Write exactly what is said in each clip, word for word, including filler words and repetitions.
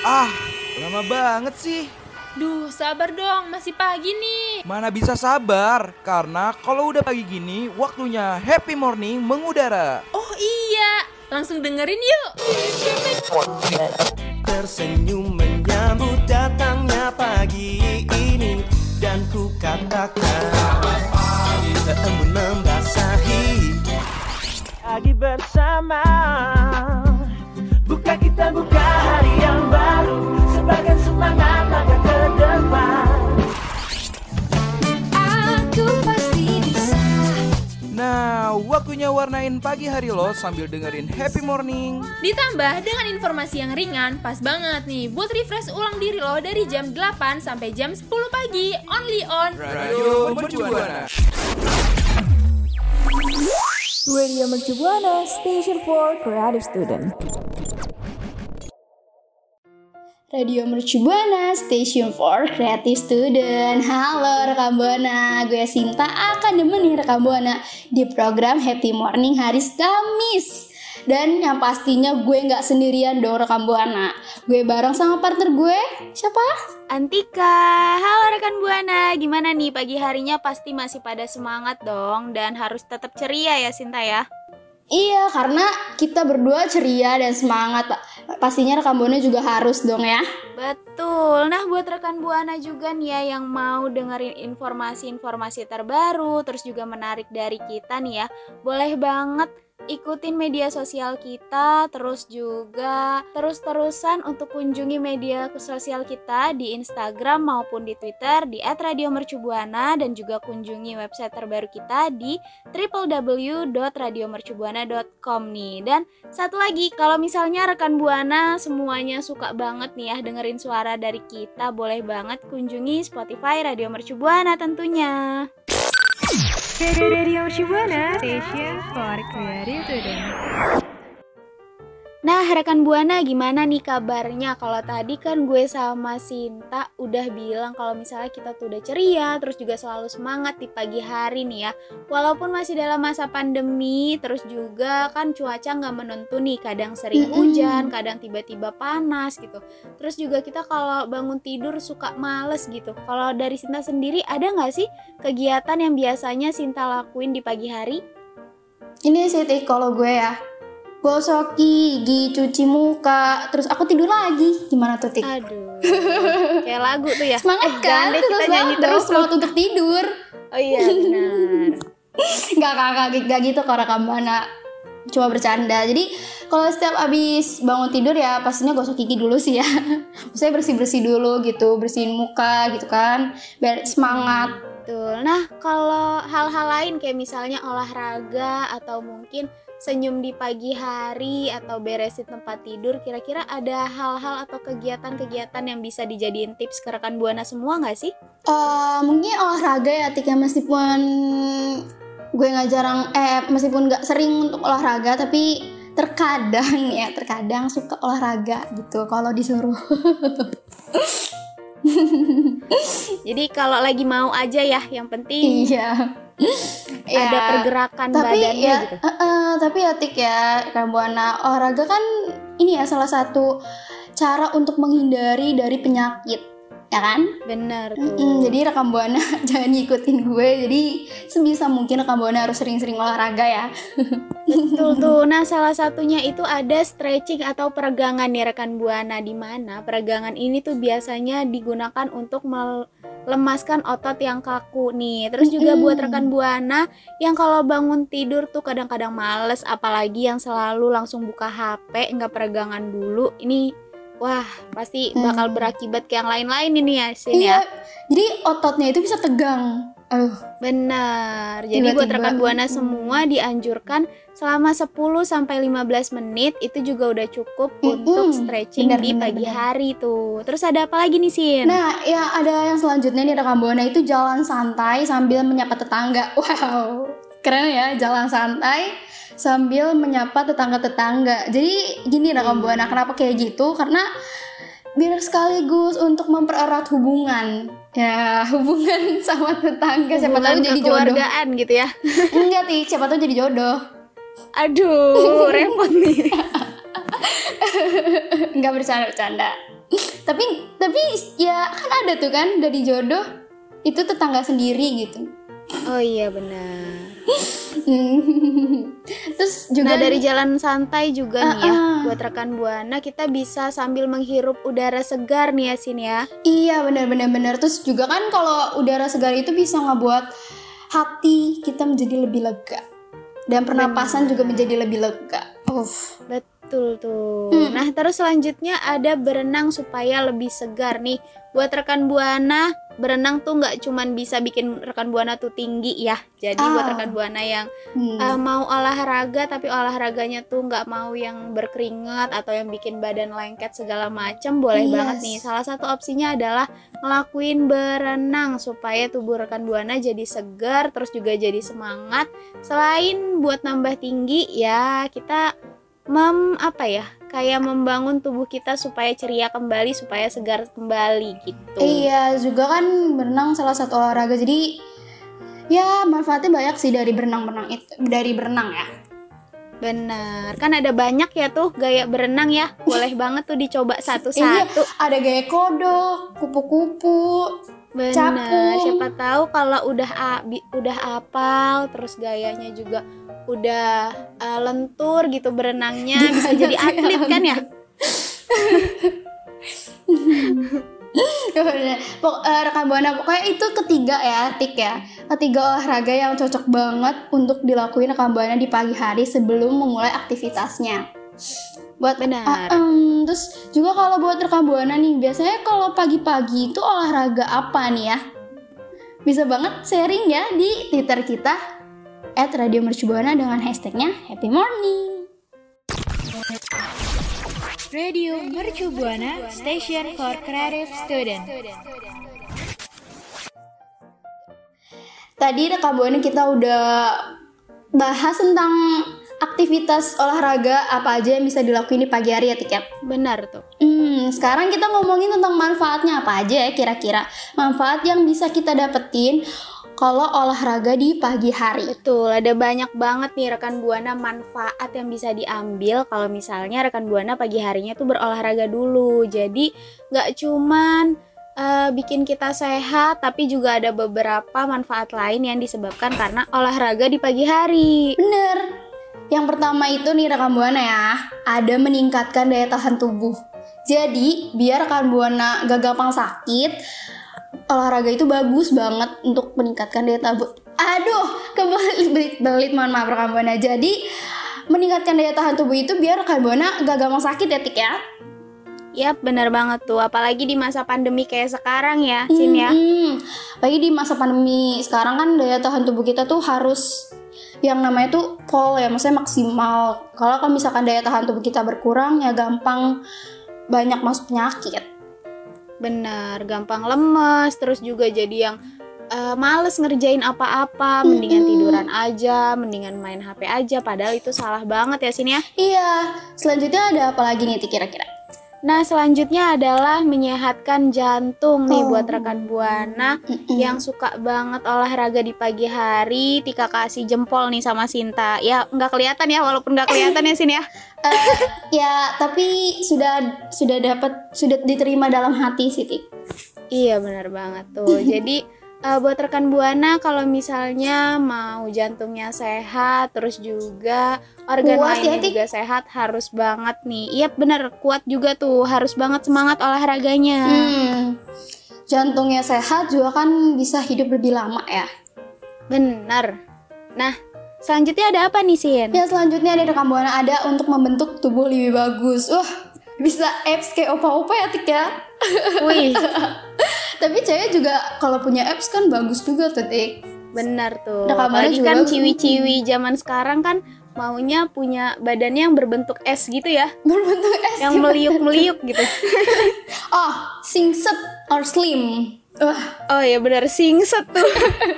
Ah, lama banget sih. Duh, sabar dong, masih pagi nih. Mana bisa sabar, karena kalau udah pagi gini, waktunya Happy Morning mengudara. Oh iya, langsung dengerin yuk. Tersenyum menyambut datangnya pagi ini, dan ku katakan selamat pagi. Embun membasahi pagi bersama. Buka kita buka hari yang baru, sebagai semangat langkah ke depan. Aku pasti bisa. Nah, waktunya warnain pagi hari lo sambil dengerin Happy Morning. Ditambah dengan informasi yang ringan, pas banget nih buat refresh ulang diri lo dari jam delapan sampai jam sepuluh pagi, only on Radio Mercubuana. Radio Mercubuana, Station for Creative Student. Radio Mercubuana, Station for Creative Student. Halo rekam Buana, gue Sinta akan nemenin rekam Buana di program Happy Morning hari Kamis. Dan yang pastinya gue gak sendirian dong rekam Buana. Gue bareng sama partner gue, siapa? Antika. Halo rekan Buana, gimana nih pagi harinya? Pasti masih pada semangat dong, dan harus tetap ceria ya Sinta ya. Iya, karena kita berdua ceria dan semangat, Pak. Pastinya rekam Buana juga harus dong ya. Betul. Nah, buat rekan Buana juga nih ya yang mau dengerin informasi-informasi terbaru, terus juga menarik dari kita nih ya, boleh banget ikutin media sosial kita, terus juga terus-terusan untuk kunjungi media sosial kita di Instagram maupun di Twitter di et radio mercubuana, dan juga kunjungi website terbaru kita di double-u double-u double-u dot radio mercubuana dot com nih. Dan satu lagi, kalau misalnya rekan Buana semuanya suka banget nih ya dengerin suara dari kita, boleh banget kunjungi Spotify Radio Mercubuana tentunya. Radio Mercubuana, Station for Creative Student. Nah, rekan Buana gimana nih kabarnya? Kalau tadi kan gue sama Sinta udah bilang kalau misalnya kita tuh udah ceria, terus juga selalu semangat di pagi hari nih ya. Walaupun masih dalam masa pandemi, terus juga kan cuaca nggak menentu nih, kadang sering hujan, kadang tiba-tiba panas gitu. Terus juga kita kalau bangun tidur suka males gitu. Kalau dari Sinta sendiri ada nggak sih kegiatan yang biasanya Sinta lakuin di pagi hari? Ini sih Tik, kalau gue ya, gosok gigi, cuci muka, terus aku tidur lagi. Gimana tuh Tik? Aduh, kayak lagu tuh ya. Semangat eh, kan? Deh, kita nyanyi dong, terus semangat untuk tidur. Oh iya benar. Gak, gak, gak, gak gitu kalau rekam Buana, cuma bercanda. Jadi kalau setiap abis bangun tidur ya pastinya gosok gigi dulu sih ya. Maksudnya bersih-bersih dulu gitu, bersihin muka gitu kan, biar semangat. Betul. Nah, kalau hal-hal lain kayak misalnya olahraga atau mungkin senyum di pagi hari atau beresin tempat tidur, kira-kira ada hal-hal atau kegiatan-kegiatan yang bisa dijadiin tips ke rekan Buana semua nggak sih? Uh, mungkin olahraga ya Tik, meskipun gue nggak jarang, eh meskipun nggak sering untuk olahraga, tapi terkadang ya terkadang suka olahraga gitu kalau disuruh. Jadi kalau lagi mau aja ya, yang penting iya. ada Ya, pergerakan tapi badannya ya, gitu. uh, uh, tapi ya Tik ya, rekan Buana, olahraga kan ini ya salah satu cara untuk menghindari dari penyakit, ya kan? Bener tuh. Mm-mm, jadi rekan Buana jangan ngikutin gue. Jadi sebisa mungkin rekan Buana harus sering-sering olahraga ya. Betul tuh. Nah, salah satunya itu ada stretching atau peregangan nih rekan Buana, di mana peregangan ini tuh biasanya digunakan untuk melemaskan otot yang kaku nih. Terus juga Mm-mm. buat rekan Buana yang kalau bangun tidur tuh kadang-kadang males, apalagi yang selalu langsung buka H P, nggak peregangan dulu. Ini wah, pasti bakal berakibat ke yang lain-lain ini ya, Sin Iya. ya. Jadi ototnya itu bisa tegang. Aduh. Benar. Jadi buat Tiba-tiba, rekan Buana mm. semua dianjurkan selama sepuluh sampai lima belas menit itu juga udah cukup Mm-mm. untuk stretching Benar, di benar, pagi benar. hari tuh. Terus ada apa lagi nih, Sin? Nah, ya ada yang selanjutnya nih rekan Buana, itu jalan santai sambil menyapa tetangga. Wow. Keren ya, jalan santai sambil menyapa tetangga-tetangga. Jadi gini rekan Buana, kenapa kayak gitu? Karena biar sekaligus untuk mempererat hubungan. Ya, hubungan sama tetangga, siapa tahu Hubungan jadi jodoh. kekeluargaan gitu ya. Enggak, Tik, siapa tahu jadi jodoh. Aduh, repot nih. Enggak, bercanda-bercanda. tapi tapi ya kan ada tuh kan dari jodoh itu tetangga sendiri gitu. Oh iya benar. Terus juga Nah dari jalan santai juga nih ya, Uh-uh. buat rekan Buana kita bisa sambil menghirup udara segar nih ya Sin ya. iya benar-benar benar. Terus juga kan kalau udara segar itu bisa ngebuat hati kita menjadi lebih lega dan pernapasan juga menjadi lebih lega. Uff. Betul tuh. Hmm. Nah terus selanjutnya ada berenang supaya lebih segar nih. Buat rekan Buana, berenang tuh nggak cuman bisa bikin rekan Buana tuh tinggi ya. Jadi Ah. buat rekan Buana yang Hmm. uh, mau olahraga tapi olahraganya tuh nggak mau yang berkeringat atau yang bikin badan lengket segala macem, boleh Yes. banget nih. Salah satu opsinya adalah ngelakuin berenang supaya tubuh rekan Buana jadi segar, terus juga jadi semangat. Selain buat nambah tinggi ya, kita mem apa ya kayak membangun tubuh kita supaya ceria kembali, supaya segar kembali gitu. Iya, juga kan berenang salah satu olahraga. Jadi ya manfaatnya banyak sih dari berenang-berenang itu, dari berenang ya. Benar, kan ada banyak ya tuh gaya berenang ya. Boleh banget tuh dicoba Iya, satu-satu. ada gaya kodok, kupu-kupu. Benar, capung. siapa tahu kalau udah a- bi- udah apal, terus gayanya juga udah uh, lentur gitu berenangnya, bisa jadi atlet kan ya? Pok- eh, rekan Buana pokoknya itu ketiga ya, Tik ya. Ketiga olahraga yang cocok banget untuk dilakuin rekan Buana di pagi hari sebelum memulai aktivitasnya. Buat Benar. Ah, em, terus juga kalau buat rekan Buana nih, biasanya kalau pagi-pagi itu olahraga apa nih ya? Bisa banget sharing ya di Twitter kita at Radio Mercu Buana dengan hashtagnya Happy Morning. Radio Mercu Buana, Station for Creative Student. Tadi rekan Buana kita udah bahas tentang aktivitas olahraga apa aja yang bisa dilakuin di pagi hari ya, Tik ya. Benar tuh. Hmm, sekarang kita ngomongin tentang manfaatnya apa aja ya kira-kira. Manfaat yang bisa kita dapetin kalau olahraga di pagi hari. Betul, ada banyak banget nih rekan Buana manfaat yang bisa diambil kalau misalnya rekan Buana pagi harinya tuh berolahraga dulu. Jadi nggak cuman uh, bikin kita sehat, tapi juga ada beberapa manfaat lain yang disebabkan karena olahraga di pagi hari. Bener. Yang pertama itu nih rekan Buana ya, ada meningkatkan daya tahan tubuh. Jadi biar rekan Buana gak gampang sakit, olahraga itu bagus banget untuk meningkatkan daya tahan tubuh. Aduh, kebelit belit mohon maaf rekan Buana. Jadi meningkatkan daya tahan tubuh itu biar rekan Buana gak gampang sakit ya, Tik ya. Yap, benar banget tuh. Apalagi di masa pandemi kayak sekarang ya, Sin ya. Hmm, apalagi di masa pandemi sekarang kan daya tahan tubuh kita tuh harus yang namanya tuh full ya, maksudnya maksimal. Kalau kan misalkan daya tahan tubuh kita berkurang ya gampang banyak masuk penyakit. Benar, gampang lemes, terus juga jadi yang uh, males ngerjain apa-apa, mendingan Mm-mm. tiduran aja, mendingan main H P aja, padahal itu salah banget ya Sin ya. Iya, selanjutnya ada apa lagi nih Tik, kira-kira? Nah selanjutnya adalah menyehatkan jantung nih Oh. buat rekan Buana Mm-mm. yang suka banget olahraga di pagi hari. Tika kasih jempol nih sama Sinta. Ya nggak kelihatan ya, walaupun nggak kelihatan ya Sin ya. Eh, ya, tapi sudah sudah dapat sudah diterima dalam hati sih, Tik. Iya benar banget tuh. Jadi eh, buat rekan Buana kalau misalnya mau jantungnya sehat, terus juga organ Kuat ya, lainnya Tik? juga sehat, harus banget nih. Iya benar, kuat juga tuh, harus banget semangat olahraganya. Hmm. Jantungnya sehat juga kan bisa hidup lebih lama ya. Benar. Nah selanjutnya ada apa nih Sin? Ya selanjutnya ada rekan Buana ada untuk membentuk tubuh lebih bagus. Wah, bisa apps kayak opa-opa ya, Tik ya. Wih. Tapi cewek juga kalau punya apps kan bagus juga tuh, Tik. Benar tuh. Nah, kabarnya Apalagi juga kan bagus. ciwi-ciwi zaman sekarang kan maunya punya badannya yang berbentuk es gitu ya, Berbentuk es. yang meliuk-meliuk gitu. Oh, singset or slim. Wah, Oh ya benar, singset tuh.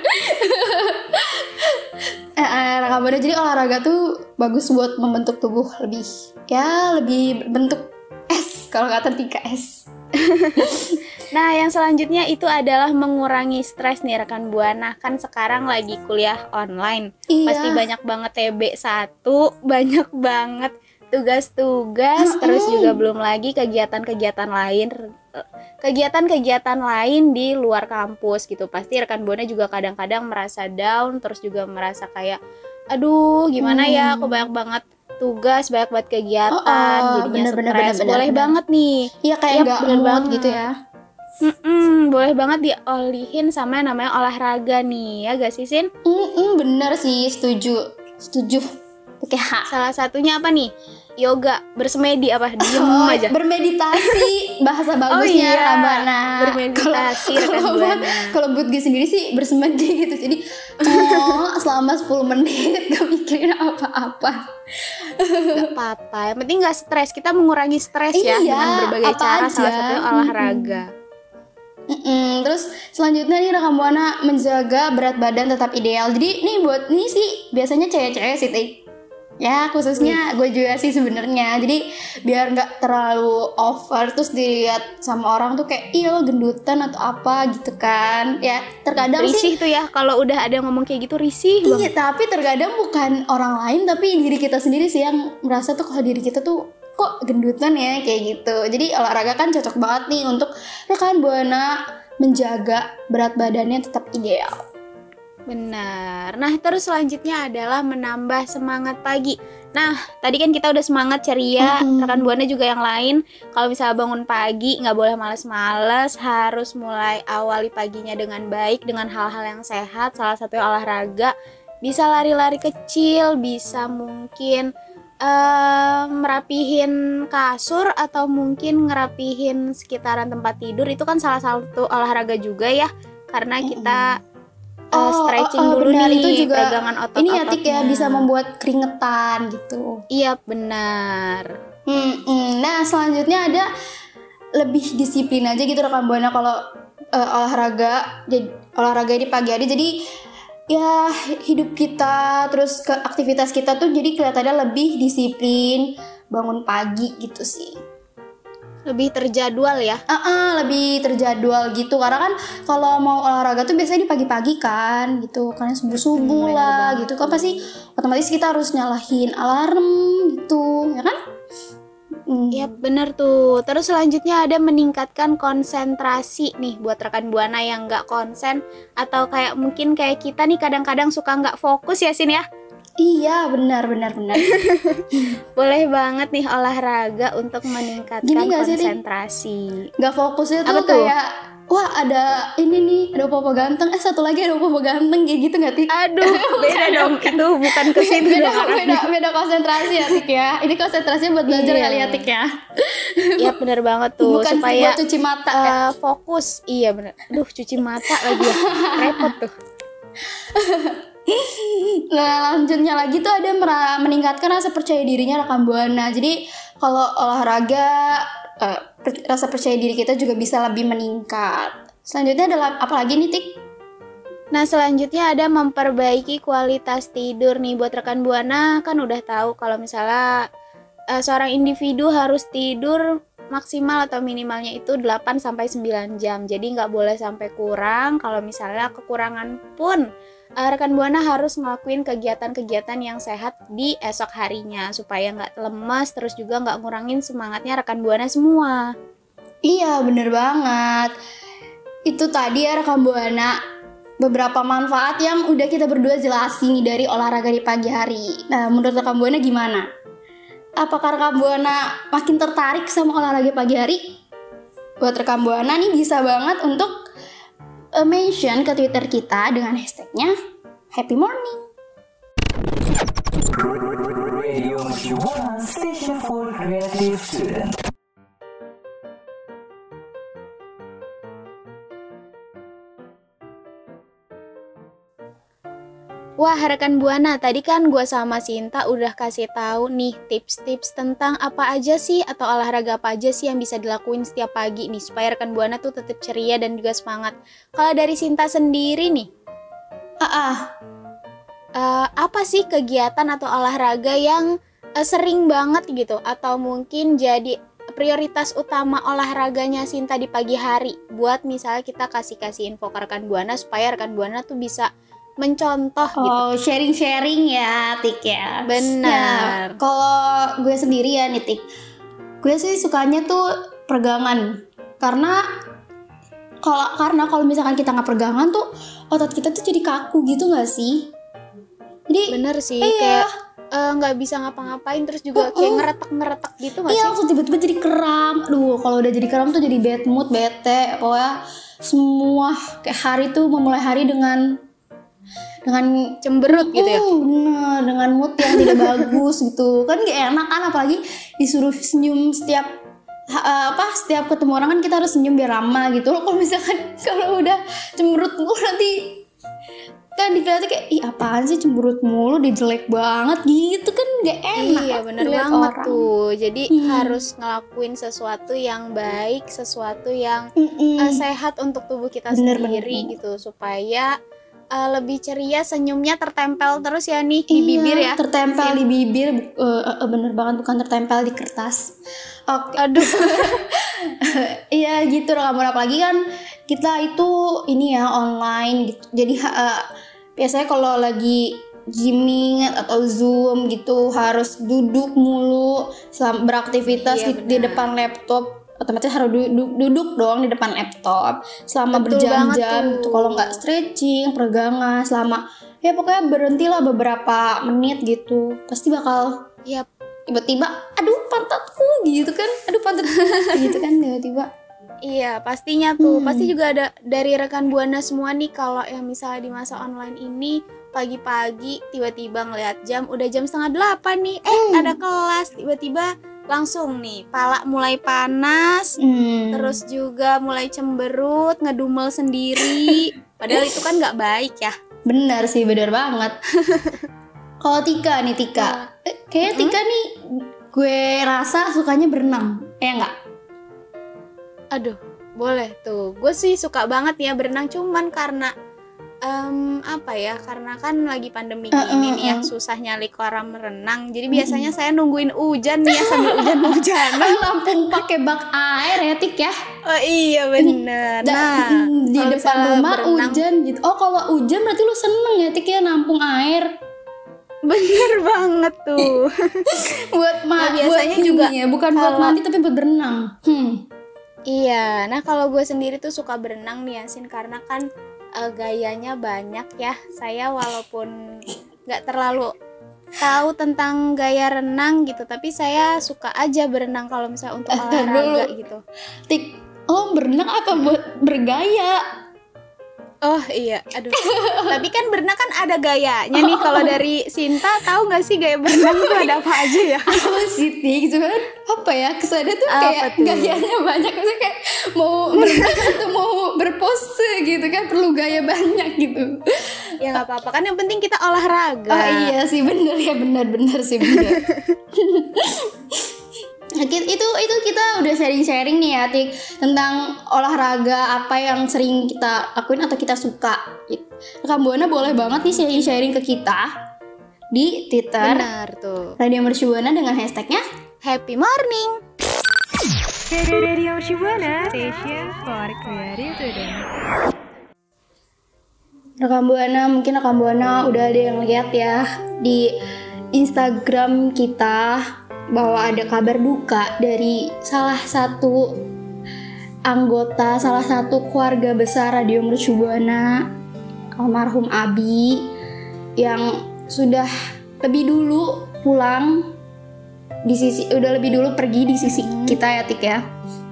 eh, eh, rekan Buana, jadi olahraga tuh bagus buat membentuk tubuh lebih, ya lebih bentuk es kalau kata Tika es. Nah yang selanjutnya itu adalah mengurangi stres nih rekan Buana. Kan sekarang lagi kuliah online, Iya. pasti banyak banget T B satu, banyak banget tugas-tugas, terus juga belum lagi kegiatan-kegiatan lain, kegiatan-kegiatan lain di luar kampus gitu. Pasti rekan Buana juga kadang-kadang merasa down, terus juga merasa kayak, aduh gimana ya, aku banyak banget tugas, banyak banget kegiatan, Oh, oh, jadinya bener, bener, stres. bener, Boleh bener. banget nih. Iya kayak Iya, nggak bener mood banget. gitu ya. Mm-mm, boleh banget diolihin sama yang namanya olahraga nih, ya gak sih Sin? Mm-mm, bener sih, setuju, setuju. Pakai H. Salah satunya apa nih? Yoga, bersemedi apa? Diem Oh, aja. bermeditasi, bahasa Oh bagusnya iya, rekan Buana. bermeditasi, Kalau- rekan kalau Buana. buat- Kalau buat gue sendiri sih bersemedi gitu. Jadi oh, selama sepuluh menit gak mikirin apa-apa. Gak apa-apa, yang penting gak stres. Kita mengurangi stres ya Iya, dengan berbagai apa cara, aja. salah satunya olahraga. Mm-mm. Terus selanjutnya nih rekan Buana menjaga berat badan tetap ideal. Jadi nih buat nih sih biasanya cewek-cewek sih Tik. Ya khususnya gue juga sih sebenarnya. Jadi biar nggak terlalu over terus dilihat sama orang tuh kayak iya lo gendutan atau apa gitu kan. Ya terkadang Risih sih. tuh ya, kalau udah ada yang ngomong kayak gitu risih Iya banget. tapi terkadang bukan orang lain tapi diri kita sendiri sih yang merasa tuh kalau diri kita tuh kok gendutan ya kayak gitu. Jadi olahraga kan cocok banget nih untuk rekan Buana menjaga berat badannya tetap ideal. Benar. Nah, terus selanjutnya adalah menambah semangat pagi. Nah, tadi kan kita udah semangat ceria, Mm-mm. rekan Buana juga yang lain. Kalau misalnya bangun pagi, nggak boleh males-males, harus mulai awali paginya dengan baik, dengan hal-hal yang sehat. Salah satunya olahraga. Bisa lari-lari kecil, bisa mungkin eh, merapihin kasur atau mungkin ngerapihin sekitaran tempat tidur. Itu kan salah satu olahraga juga ya, karena kita Uh, Oh, stretching oh, oh, dulu benar. nih, Itu juga pegangan otot-ototnya. Ini ya Tik ya bisa membuat keringetan gitu. Iya benar. Hmm, hmm. Nah selanjutnya ada lebih disiplin aja gitu rekan Buana kalau eh, olahraga, jadi olahraga di pagi hari. Jadi ya hidup kita terus ke aktivitas kita tuh jadi kelihatannya lebih disiplin bangun pagi gitu sih. Lebih terjadwal ya. Ah, ah, lebih terjadwal gitu karena kan kalau mau olahraga tuh biasanya di pagi-pagi kan gitu karena subuh-subuh Hmm, lah bener gitu kan pasti otomatis kita harus nyalahin alarm gitu ya kan. Hmm. Iya benar tuh. Terus selanjutnya ada meningkatkan konsentrasi nih buat rekan Buana yang nggak konsen atau kayak mungkin kayak kita nih kadang-kadang suka nggak fokus ya Sin ya. Iya benar benar benar. Boleh banget nih olahraga untuk meningkatkan Gini nggak sih, Rik? konsentrasi. Nggak fokusnya Apa tuh tuh? kayak wah ada ini nih ada opa ganteng eh satu lagi ada opa ganteng kayak gitu nggak Tik? Aduh, beda dong. Itu bukan ke situ beda, dong. beda beda konsentrasi ya Tik ya. Ini konsentrasinya buat belajar Iya. kali ya Tik ya. Iya benar banget tuh. Bukan supaya buat cuci mata ya. eh, fokus. Iya benar. Duh, cuci mata lagi ya. Repot tuh. Nah lanjutnya lagi tuh ada mera- meningkatkan rasa percaya dirinya rekan Buana. Jadi kalau olahraga eh, per- rasa percaya diri kita juga bisa lebih meningkat. Selanjutnya adalah apa lagi nih Tik? Nah selanjutnya ada memperbaiki kualitas tidur nih buat rekan Buana. Kan udah tahu kalau misalnya eh, seorang individu harus tidur maksimal atau minimalnya itu delapan sampai sembilan jam. Jadi nggak boleh sampai kurang. Kalau misalnya kekurangan pun eh, rekan Buana harus ngelakuin kegiatan-kegiatan yang sehat di esok harinya supaya nggak lemas, terus juga nggak ngurangin semangatnya rekan Buana semua. Iya bener banget. Itu tadi ya rekan Buana beberapa manfaat yang udah kita berdua jelasin nih dari olahraga di pagi hari. Nah menurut rekan Buana gimana? Apakah rekan Buana makin tertarik sama olahraga pagi hari? Buat rekan Buana nih bisa banget untuk uh, mention ke Twitter kita dengan hashtagnya Happy Morning. Radio Mercu Buana, Station for Creative Student. Wah, rekan Buana, tadi kan gua sama Sinta udah kasih tahu nih tips-tips tentang apa aja sih atau olahraga apa aja sih yang bisa dilakuin setiap pagi nih supaya rekan Buana tuh tetap ceria dan juga semangat. Kalau dari Sinta sendiri nih, Ah, ah. eh, apa sih kegiatan atau olahraga yang eh, sering banget gitu atau mungkin jadi prioritas utama olahraganya Sinta di pagi hari buat misalnya kita kasih-kasih info ke rekan Buana supaya rekan Buana tuh bisa mencontoh gitu. Oh, sharing-sharing ya, Tik ya. Benar. Ya, kalau gue sendiri ya nih, Tik. Gue sih sukanya tuh peregangan. Karena kalau karena kalau misalkan kita nggak peregangan tuh otot kita tuh jadi kaku gitu nggak sih? Jadi Bener sih, iya. kayak eh, nggak bisa ngapa-ngapain, terus juga Uh-uh. kayak ngeretak-ngeretak gitu nggak iya, sih? langsung tiba-tiba jadi kram. Aduh, kalau udah jadi kram tuh jadi bad mood, bete. Pokoknya semua kayak hari tuh memulai hari dengan dengan Cemberut gitu ya. Uh, bener, dengan mood yang tidak bagus gitu. Kan gak enak kan, apalagi disuruh senyum setiap ha- apa setiap ketemu orang kan kita harus senyum biar ramah gitu loh. Kalau misalkan kalau udah cemberut mulu nanti kan dikelihatnya kayak ih apaan sih cemberut mulu, dia jelek banget gitu kan, gak enak. Iya bener dilihat banget orang. tuh. Jadi Hmm. harus ngelakuin sesuatu yang baik, sesuatu yang Mm-mm. eh, sehat untuk tubuh kita Bener, sendiri bener, gitu, supaya eh, lebih ceria, senyumnya tertempel terus ya nih di Iya, bibir ya. tertempel di bibir, bu- eh, eh, bener banget, bukan tertempel di kertas. Oke. Aduh. Iya gitu loh kamu, apalagi kan kita itu ini ya online gitu. Jadi uh, biasanya kalau lagi gymming atau zoom gitu harus duduk mulu selama beraktivitas Iya, di, di benar. depan laptop, otomatis harus duduk, duduk dong di depan laptop selama Betul banget berjam-jam tuh. gitu. Kalau nggak stretching, peregangan selama ya pokoknya berhentilah beberapa menit gitu, pasti bakal Yap. tiba-tiba aduh pantatku gitu kan, aduh pantatku gitu kan tiba-tiba. Iya, pastinya tuh. Hmm. Pasti juga ada dari rekan Buana semua nih, kalau yang misalnya di masa online ini pagi-pagi tiba-tiba ngelihat jam udah jam setengah delapan nih, eh Hmm. ada kelas, tiba-tiba langsung nih pala mulai panas, Hmm. terus juga mulai cemberut, ngedumel sendiri. Padahal itu kan nggak baik ya. Benar sih, benar banget. Kalau Tika nih Tika, eh, kayaknya Tika nih gue rasa sukanya berenang, ya enggak? Aduh, boleh tuh. Gue sih suka banget ya berenang, cuman karena em, apa ya? Karena kan lagi pandemi Uh, gini uh, nih ya, uh. susah nyali kolam renang. Jadi biasanya saya nungguin hujan nih ya, sambil hujan-hujanan. Lampung pakai bak air ya Tik ya. Oh iya bener. Da- Nah, di kalau depan misalnya rumah berenang- hujan gitu. Oh kalau hujan berarti lu seneng ya Tik ya nampung air. Bener banget tuh. Buat ma Nah, biasanya buat juga ini ya, bukan buat kalau- mandi tapi buat berenang. Hmm. Iya, nah kalau gue sendiri tuh suka berenang nih Yasin, karena kan eh, gayanya banyak ya. Saya walaupun nggak terlalu tahu tentang gaya renang gitu, tapi saya suka aja berenang kalau misalnya untuk Eh, olahraga dulu. gitu. Tik, oh berenang apa buat bergaya? Oh iya, aduh. Tapi kan berenang kan ada gayanya nih. Kalau dari Sinta tahu nggak sih gaya berenang tuh ada apa aja ya? Apa sih Tik? Cuman apa ya, kesannya tuh Apa kayak tuh? gayanya banyak. Maksudnya kayak mau berenang atau mau berpose gitu kan, perlu gaya banyak gitu. Ya nggak apa-apa kan, yang penting kita olahraga. Oh iya sih, bener ya, benar-benar sih bener. Nah, ki- itu itu kita udah sharing-sharing nih ya Tik, tentang olahraga apa yang sering kita lakuin atau kita suka. Kak Buana boleh banget nih sharing-sharing ke kita di Twitter Benar tuh. Radio Mercu Buana dengan hashtagnya Happy morning. Radio Shibuana, station for creative student. Rekam Buana, mungkin Rekam Buana udah ada yang lihat ya di Instagram kita bahwa ada kabar duka dari salah satu anggota, salah satu keluarga besar Radio Mercu Buana, almarhum Abi, yang sudah lebih dulu pulang di sisi, udah lebih dulu pergi di sisi kita ya Tik ya.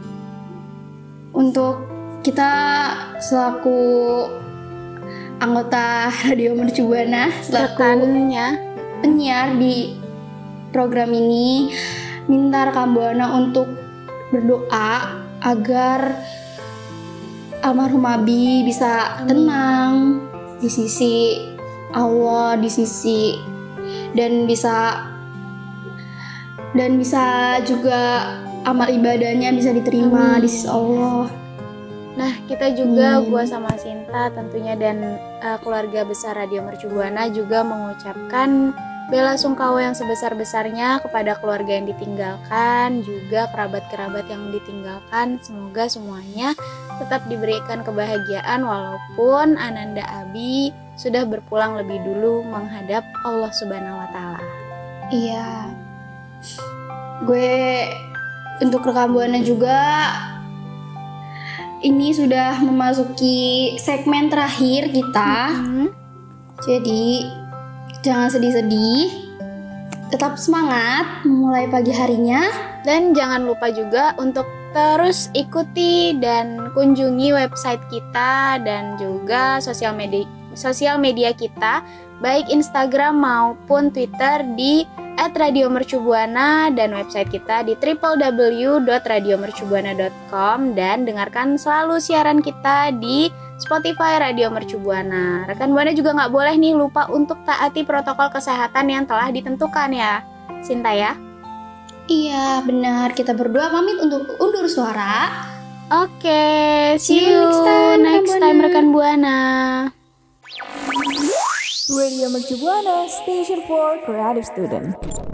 Untuk kita selaku anggota Radio Mercu Buana, selaku Rekannya. penyiar di program ini, minta Rekam Buana untuk berdoa agar almarhum Abi bisa tenang di sisi Allah, di sisi dan bisa dan bisa juga amal ibadahnya bisa diterima Amin. di sisi Allah. Nah, kita juga, Amin. gua sama Sinta tentunya dan uh, keluarga besar Radio Mercu Buana juga mengucapkan bela sungkawa yang sebesar-besarnya kepada keluarga yang ditinggalkan, juga kerabat-kerabat yang ditinggalkan. Semoga semuanya tetap diberikan kebahagiaan walaupun Ananda Abi sudah berpulang lebih dulu menghadap Allah Subhanahu wa taala. Iya. Gue untuk rekam Buana juga ini sudah memasuki segmen terakhir kita. Mm-hmm. Jadi jangan sedih-sedih, tetap semangat memulai pagi harinya. Dan jangan lupa juga untuk terus ikuti dan kunjungi website kita dan juga sosial media sosial media kita, baik Instagram maupun Twitter di et radio mercubuana dan website kita di w w w dot radio mercubuana dot com, dan dengarkan selalu siaran kita di Spotify Radio Mercubuana. Rekan Buana juga nggak boleh nih lupa untuk taati protokol kesehatan yang telah ditentukan ya, Sinta ya. Iya benar, kita berdua pamit untuk undur suara. Oke, see, See you you next time, next Rekan time Buana. rekan Buana. Radio Mercu Buana, Station for Creative Student.